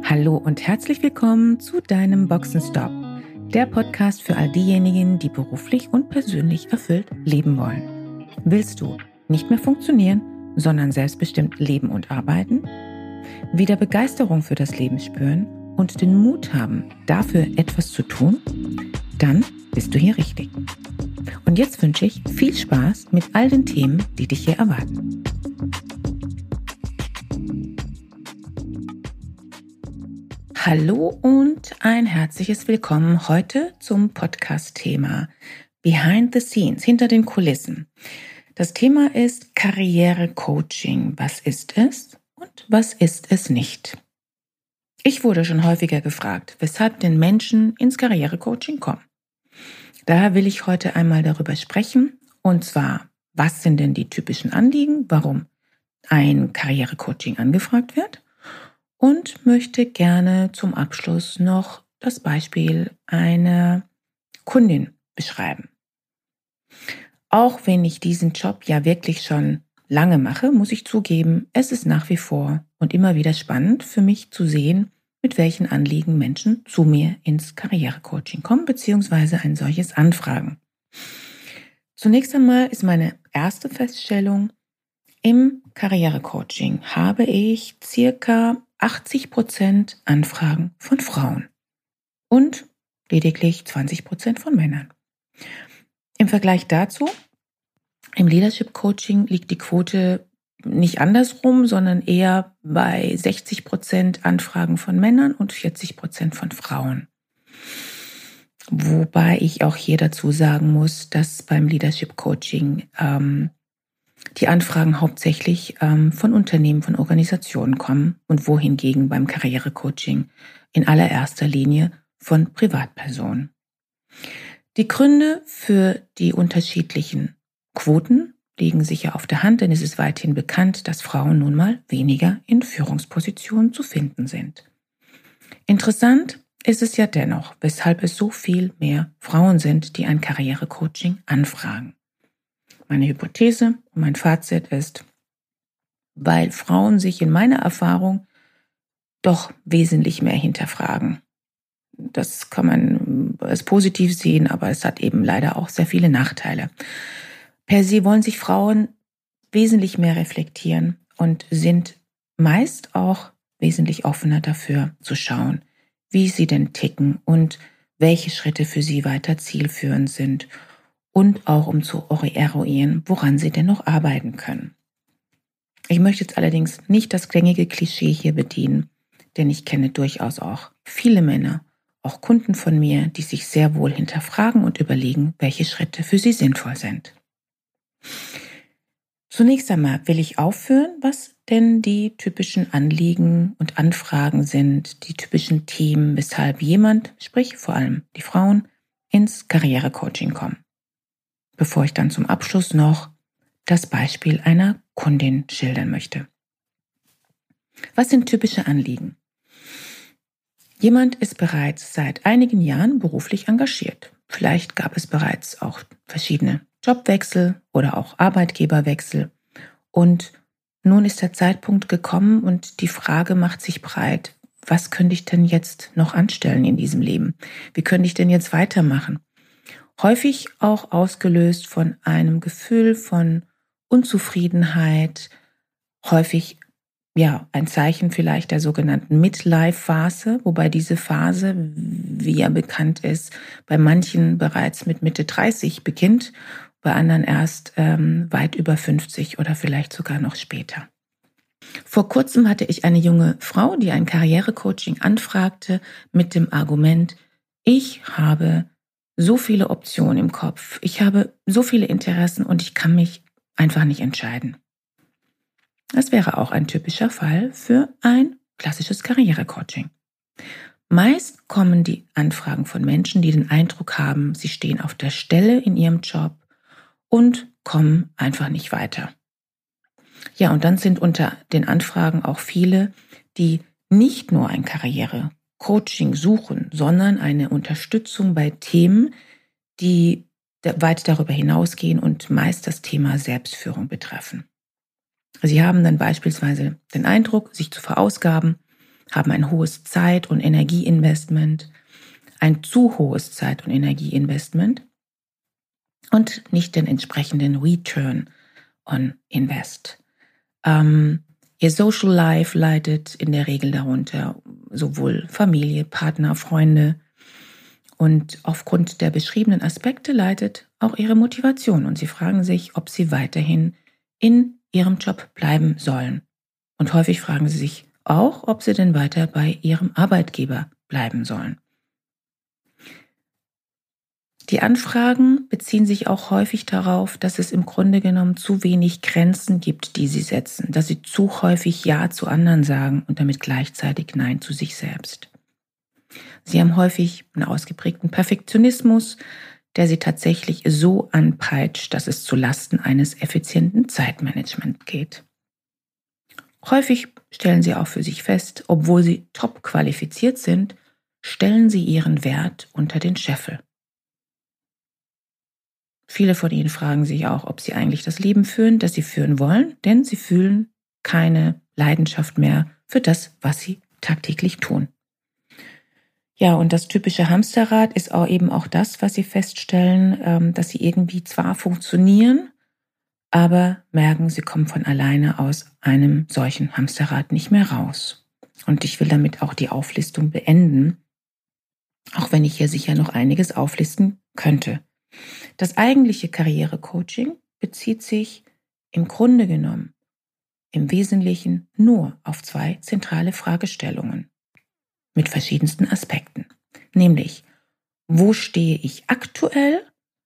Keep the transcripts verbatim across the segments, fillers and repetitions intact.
Hallo und herzlich willkommen zu deinem Boxenstopp, der Podcast für all diejenigen, die beruflich und persönlich erfüllt leben wollen. Willst du nicht mehr funktionieren, sondern selbstbestimmt leben und arbeiten? Wieder Begeisterung für das Leben spüren und den Mut haben, dafür etwas zu tun? Dann bist du hier richtig. Und jetzt wünsche ich viel Spaß mit all den Themen, die dich hier erwarten. Hallo und ein herzliches Willkommen heute zum Podcast-Thema Behind the Scenes, hinter den Kulissen. Das Thema ist Karrierecoaching. Was ist es und was ist es nicht? Ich wurde schon häufiger gefragt, weshalb denn Menschen ins Karrierecoaching kommen. Daher will ich heute einmal darüber sprechen, und zwar, was sind denn die typischen Anliegen, warum ein Karrierecoaching angefragt wird? Und möchte gerne zum Abschluss noch das Beispiel einer Kundin beschreiben. Auch wenn ich diesen Job ja wirklich schon lange mache, muss ich zugeben, es ist nach wie vor und immer wieder spannend für mich zu sehen, mit welchen Anliegen Menschen zu mir ins Karrierecoaching kommen, beziehungsweise ein solches anfragen. Zunächst einmal ist meine erste Feststellung, im Karrierecoaching habe ich circa achtzig Prozent Anfragen von Frauen und lediglich zwanzig Prozent von Männern. Im Vergleich dazu, im Leadership Coaching liegt die Quote nicht andersrum, sondern eher bei sechzig Prozent Anfragen von Männern und vierzig Prozent von Frauen. Wobei ich auch hier dazu sagen muss, dass beim Leadership Coaching ähm, die Anfragen hauptsächlich ähm, von Unternehmen, von Organisationen kommen und wohingegen beim Karrierecoaching in allererster Linie von Privatpersonen. Die Gründe für die unterschiedlichen Quoten liegen sicher auf der Hand, denn es ist weithin bekannt, dass Frauen nun mal weniger in Führungspositionen zu finden sind. Interessant ist es ja dennoch, weshalb es so viel mehr Frauen sind, die ein Karrierecoaching anfragen. Meine Hypothese und mein Fazit ist, weil Frauen sich in meiner Erfahrung doch wesentlich mehr hinterfragen. Das kann man als positiv sehen, aber es hat eben leider auch sehr viele Nachteile. Per se wollen sich Frauen wesentlich mehr reflektieren und sind meist auch wesentlich offener dafür zu schauen, wie sie denn ticken und welche Schritte für sie weiter zielführend sind. Und auch um zu eruieren, woran sie denn noch arbeiten können. Ich möchte jetzt allerdings nicht das gängige Klischee hier bedienen, denn ich kenne durchaus auch viele Männer, auch Kunden von mir, die sich sehr wohl hinterfragen und überlegen, welche Schritte für sie sinnvoll sind. Zunächst einmal will ich aufführen, was denn die typischen Anliegen und Anfragen sind, die typischen Themen, weshalb jemand, sprich vor allem die Frauen, ins Karrierecoaching kommen. Bevor ich dann zum Abschluss noch das Beispiel einer Kundin schildern möchte. Was sind typische Anliegen? Jemand ist bereits seit einigen Jahren beruflich engagiert. Vielleicht gab es bereits auch verschiedene Jobwechsel oder auch Arbeitgeberwechsel. Und nun ist der Zeitpunkt gekommen und die Frage macht sich breit, was könnte ich denn jetzt noch anstellen in diesem Leben? Wie könnte ich denn jetzt weitermachen? Häufig auch ausgelöst von einem Gefühl von Unzufriedenheit, häufig ja ein Zeichen vielleicht der sogenannten Midlife-Phase, wobei diese Phase, wie ja bekannt ist, bei manchen bereits mit Mitte dreißig beginnt, bei anderen erst ähm, weit über fünfzig oder vielleicht sogar noch später. Vor kurzem hatte ich eine junge Frau, die ein Karrierecoaching anfragte mit dem Argument, ich habe so viele Optionen im Kopf. Ich habe so viele Interessen und ich kann mich einfach nicht entscheiden. Das wäre auch ein typischer Fall für ein klassisches Karrierecoaching. Meist kommen die Anfragen von Menschen, die den Eindruck haben, sie stehen auf der Stelle in ihrem Job und kommen einfach nicht weiter. Ja, und dann sind unter den Anfragen auch viele, die nicht nur ein Karriere Coaching suchen, sondern eine Unterstützung bei Themen, die weit darüber hinausgehen und meist das Thema Selbstführung betreffen. Sie haben dann beispielsweise den Eindruck, sich zu verausgaben, haben ein hohes Zeit- und Energieinvestment, ein zu hohes Zeit- und Energieinvestment und nicht den entsprechenden Return on Invest. Ähm, ihr Social Life leidet in der Regel darunter, sowohl Familie, Partner, Freunde. Und aufgrund der beschriebenen Aspekte leidet auch ihre Motivation. Und sie fragen sich, ob sie weiterhin in ihrem Job bleiben sollen. Und häufig fragen sie sich auch, ob sie denn weiter bei ihrem Arbeitgeber bleiben sollen. Die Anfragen beziehen sich auch häufig darauf, dass es im Grunde genommen zu wenig Grenzen gibt, die sie setzen, dass sie zu häufig Ja zu anderen sagen und damit gleichzeitig Nein zu sich selbst. Sie haben häufig einen ausgeprägten Perfektionismus, der sie tatsächlich so anpeitscht, dass es zu Lasten eines effizienten Zeitmanagements geht. Häufig stellen sie auch für sich fest, obwohl sie top qualifiziert sind, stellen sie ihren Wert unter den Scheffel. Viele von ihnen fragen sich auch, ob sie eigentlich das Leben führen, das sie führen wollen, denn sie fühlen keine Leidenschaft mehr für das, was sie tagtäglich tun. Ja, und das typische Hamsterrad ist auch eben auch das, was sie feststellen, dass sie irgendwie zwar funktionieren, aber merken, sie kommen von alleine aus einem solchen Hamsterrad nicht mehr raus. Und ich will damit auch die Auflistung beenden, auch wenn ich hier sicher noch einiges auflisten könnte. Das eigentliche Karrierecoaching bezieht sich im Grunde genommen im Wesentlichen nur auf zwei zentrale Fragestellungen mit verschiedensten Aspekten. Nämlich, wo stehe ich aktuell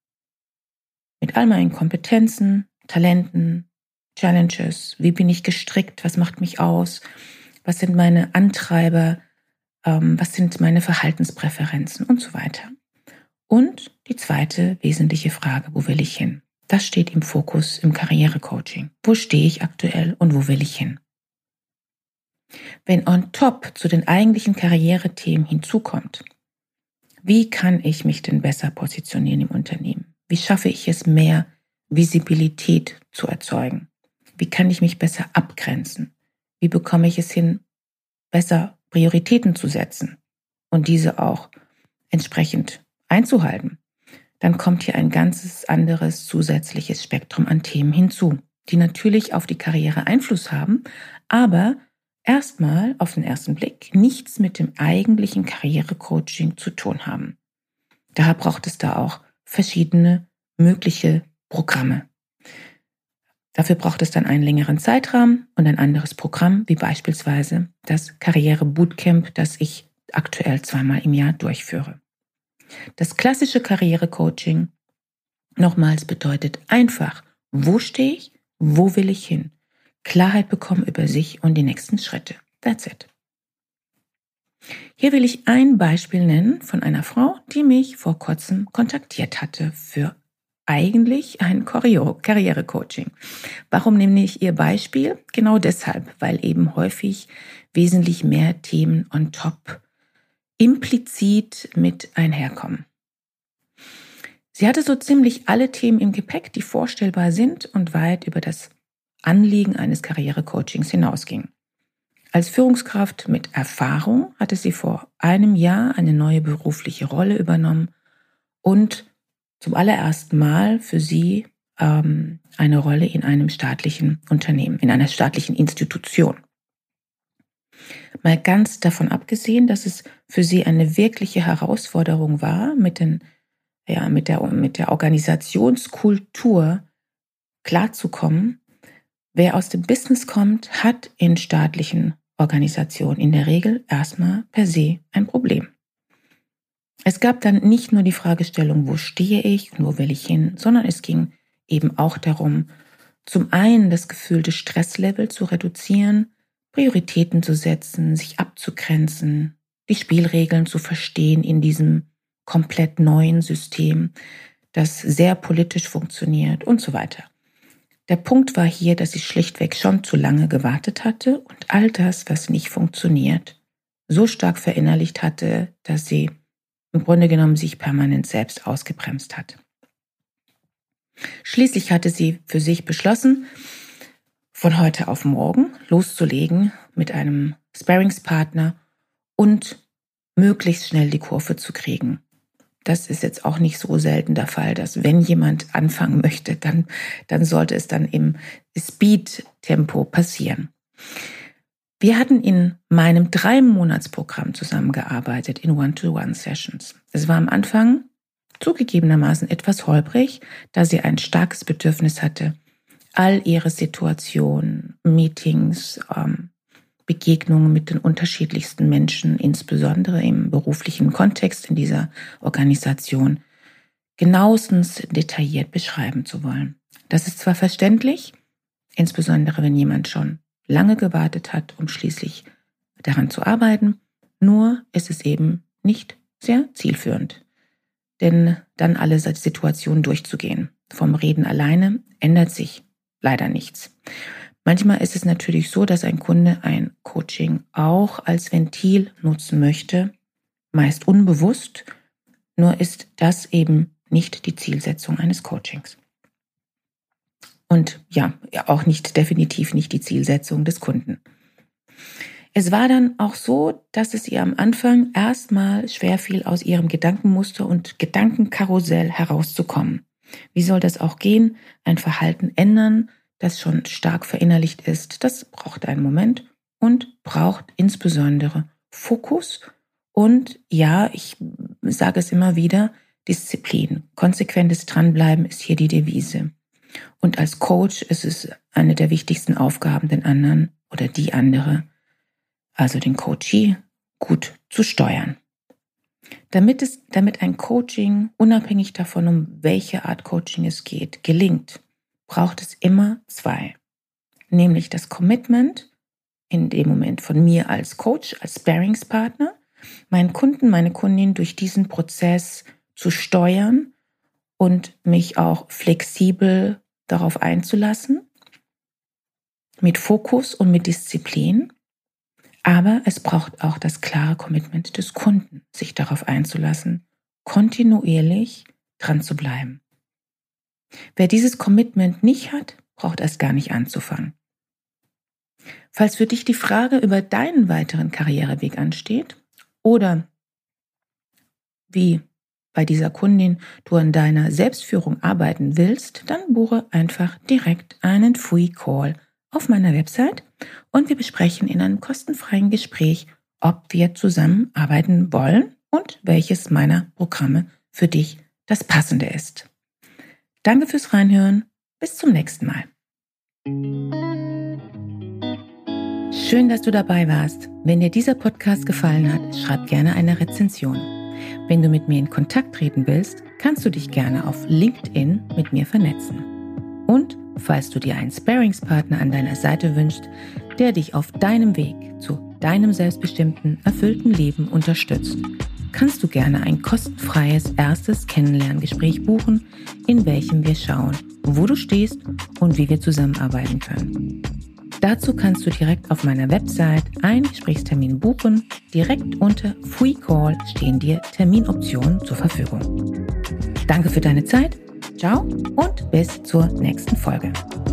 mit all meinen Kompetenzen, Talenten, Challenges? Wie bin ich gestrickt? Was macht mich aus? Was sind meine Antreiber? Ähm, was sind meine Verhaltenspräferenzen und so weiter? Und die zweite wesentliche Frage, wo will ich hin? Das steht im Fokus im Karrierecoaching. Wo stehe ich aktuell und wo will ich hin? Wenn on top zu den eigentlichen Karrierethemen hinzukommt, wie kann ich mich denn besser positionieren im Unternehmen? Wie schaffe ich es, mehr Visibilität zu erzeugen? Wie kann ich mich besser abgrenzen? Wie bekomme ich es hin, besser Prioritäten zu setzen und diese auch entsprechend einzuhalten? Dann kommt hier ein ganzes anderes zusätzliches Spektrum an Themen hinzu, die natürlich auf die Karriere Einfluss haben, aber erstmal auf den ersten Blick nichts mit dem eigentlichen Karrierecoaching zu tun haben. Daher braucht es da auch verschiedene mögliche Programme. Dafür braucht es dann einen längeren Zeitrahmen und ein anderes Programm, wie beispielsweise das Karriere-Bootcamp, das ich aktuell zweimal im Jahr durchführe. Das klassische Karrierecoaching, nochmals, bedeutet einfach, wo stehe ich, wo will ich hin? Klarheit bekommen über sich und die nächsten Schritte. That's it. Hier will ich ein Beispiel nennen von einer Frau, die mich vor kurzem kontaktiert hatte für eigentlich ein Karrierecoaching. Warum nehme ich ihr Beispiel? Genau deshalb, weil eben häufig wesentlich mehr Themen on top implizit mit einherkommen. Sie hatte so ziemlich alle Themen im Gepäck, die vorstellbar sind und weit über das Anliegen eines Karrierecoachings hinausgingen. Als Führungskraft mit Erfahrung hatte sie vor einem Jahr eine neue berufliche Rolle übernommen und zum allerersten Mal für sie ähm, eine Rolle in einem staatlichen Unternehmen, in einer staatlichen Institution. Mal ganz davon abgesehen, dass es für sie eine wirkliche Herausforderung war, mit, den, ja, mit, der, mit der Organisationskultur klarzukommen. Wer aus dem Business kommt, hat in staatlichen Organisationen in der Regel erstmal per se ein Problem. Es gab dann nicht nur die Fragestellung, wo stehe ich und wo will ich hin, sondern es ging eben auch darum, zum einen das gefühlte Stresslevel zu reduzieren, Prioritäten zu setzen, sich abzugrenzen, die Spielregeln zu verstehen in diesem komplett neuen System, das sehr politisch funktioniert und so weiter. Der Punkt war hier, dass ich schlichtweg schon zu lange gewartet hatte und all das, was nicht funktioniert, so stark verinnerlicht hatte, dass sie im Grunde genommen sich permanent selbst ausgebremst hat. Schließlich hatte sie für sich beschlossen, von heute auf morgen loszulegen mit einem Sparringspartner und möglichst schnell die Kurve zu kriegen. Das ist jetzt auch nicht so selten der Fall, dass wenn jemand anfangen möchte, dann, dann sollte es dann im Speed-Tempo passieren. Wir hatten in meinem Drei-Monats-Programm zusammengearbeitet in One-to-One-Sessions. Es war am Anfang zugegebenermaßen etwas holprig, da sie ein starkes Bedürfnis hatte, all ihre Situationen, Meetings, ähm, Begegnungen mit den unterschiedlichsten Menschen, insbesondere im beruflichen Kontext in dieser Organisation, genauestens detailliert beschreiben zu wollen. Das ist zwar verständlich, insbesondere wenn jemand schon lange gewartet hat, um schließlich daran zu arbeiten, nur ist es eben nicht sehr zielführend. Denn dann alle Situationen durchzugehen. Vom Reden alleine ändert sich leider nichts. Manchmal ist es natürlich so, dass ein Kunde ein Coaching auch als Ventil nutzen möchte, meist unbewusst, nur ist das eben nicht die Zielsetzung eines Coachings. Und ja, auch nicht, definitiv nicht die Zielsetzung des Kunden. Es war dann auch so, dass es ihr am Anfang erstmal schwerfiel, aus ihrem Gedankenmuster und Gedankenkarussell herauszukommen. Wie soll das auch gehen? Ein Verhalten ändern, das schon stark verinnerlicht ist, das braucht einen Moment und braucht insbesondere Fokus und ja, ich sage es immer wieder, Disziplin. Konsequentes Dranbleiben ist hier die Devise. Und als Coach ist es eine der wichtigsten Aufgaben, den anderen oder die andere, also den Coachee, gut zu steuern. Damit es, damit ein Coaching, unabhängig davon, um welche Art Coaching es geht, gelingt, braucht es immer zwei. Nämlich das Commitment, in dem Moment von mir als Coach, als Sparringspartner, meinen Kunden, meine Kundin durch diesen Prozess zu steuern und mich auch flexibel darauf einzulassen, mit Fokus und mit Disziplin. Aber es braucht auch das klare Commitment des Kunden, sich darauf einzulassen, kontinuierlich dran zu bleiben. Wer dieses Commitment nicht hat, braucht erst gar nicht anzufangen. Falls für dich die Frage über deinen weiteren Karriereweg ansteht oder wie bei dieser Kundin du an deiner Selbstführung arbeiten willst, dann buche einfach direkt einen Free Call auf meiner Website und wir besprechen in einem kostenfreien Gespräch, ob wir zusammenarbeiten wollen und welches meiner Programme für dich das passende ist. Danke fürs Reinhören. Bis zum nächsten Mal. Schön, dass du dabei warst. Wenn dir dieser Podcast gefallen hat, schreib gerne eine Rezension. Wenn du mit mir in Kontakt treten willst, kannst du dich gerne auf LinkedIn mit mir vernetzen. Und falls du dir einen Sparringspartner an deiner Seite wünschst, der dich auf deinem Weg zu deinem selbstbestimmten, erfüllten Leben unterstützt, kannst du gerne ein kostenfreies erstes Kennenlerngespräch buchen, in welchem wir schauen, wo du stehst und wie wir zusammenarbeiten können. Dazu kannst du direkt auf meiner Website einen Gesprächstermin buchen. Direkt unter Free Call stehen dir Terminoptionen zur Verfügung. Danke für deine Zeit. Ciao und bis zur nächsten Folge.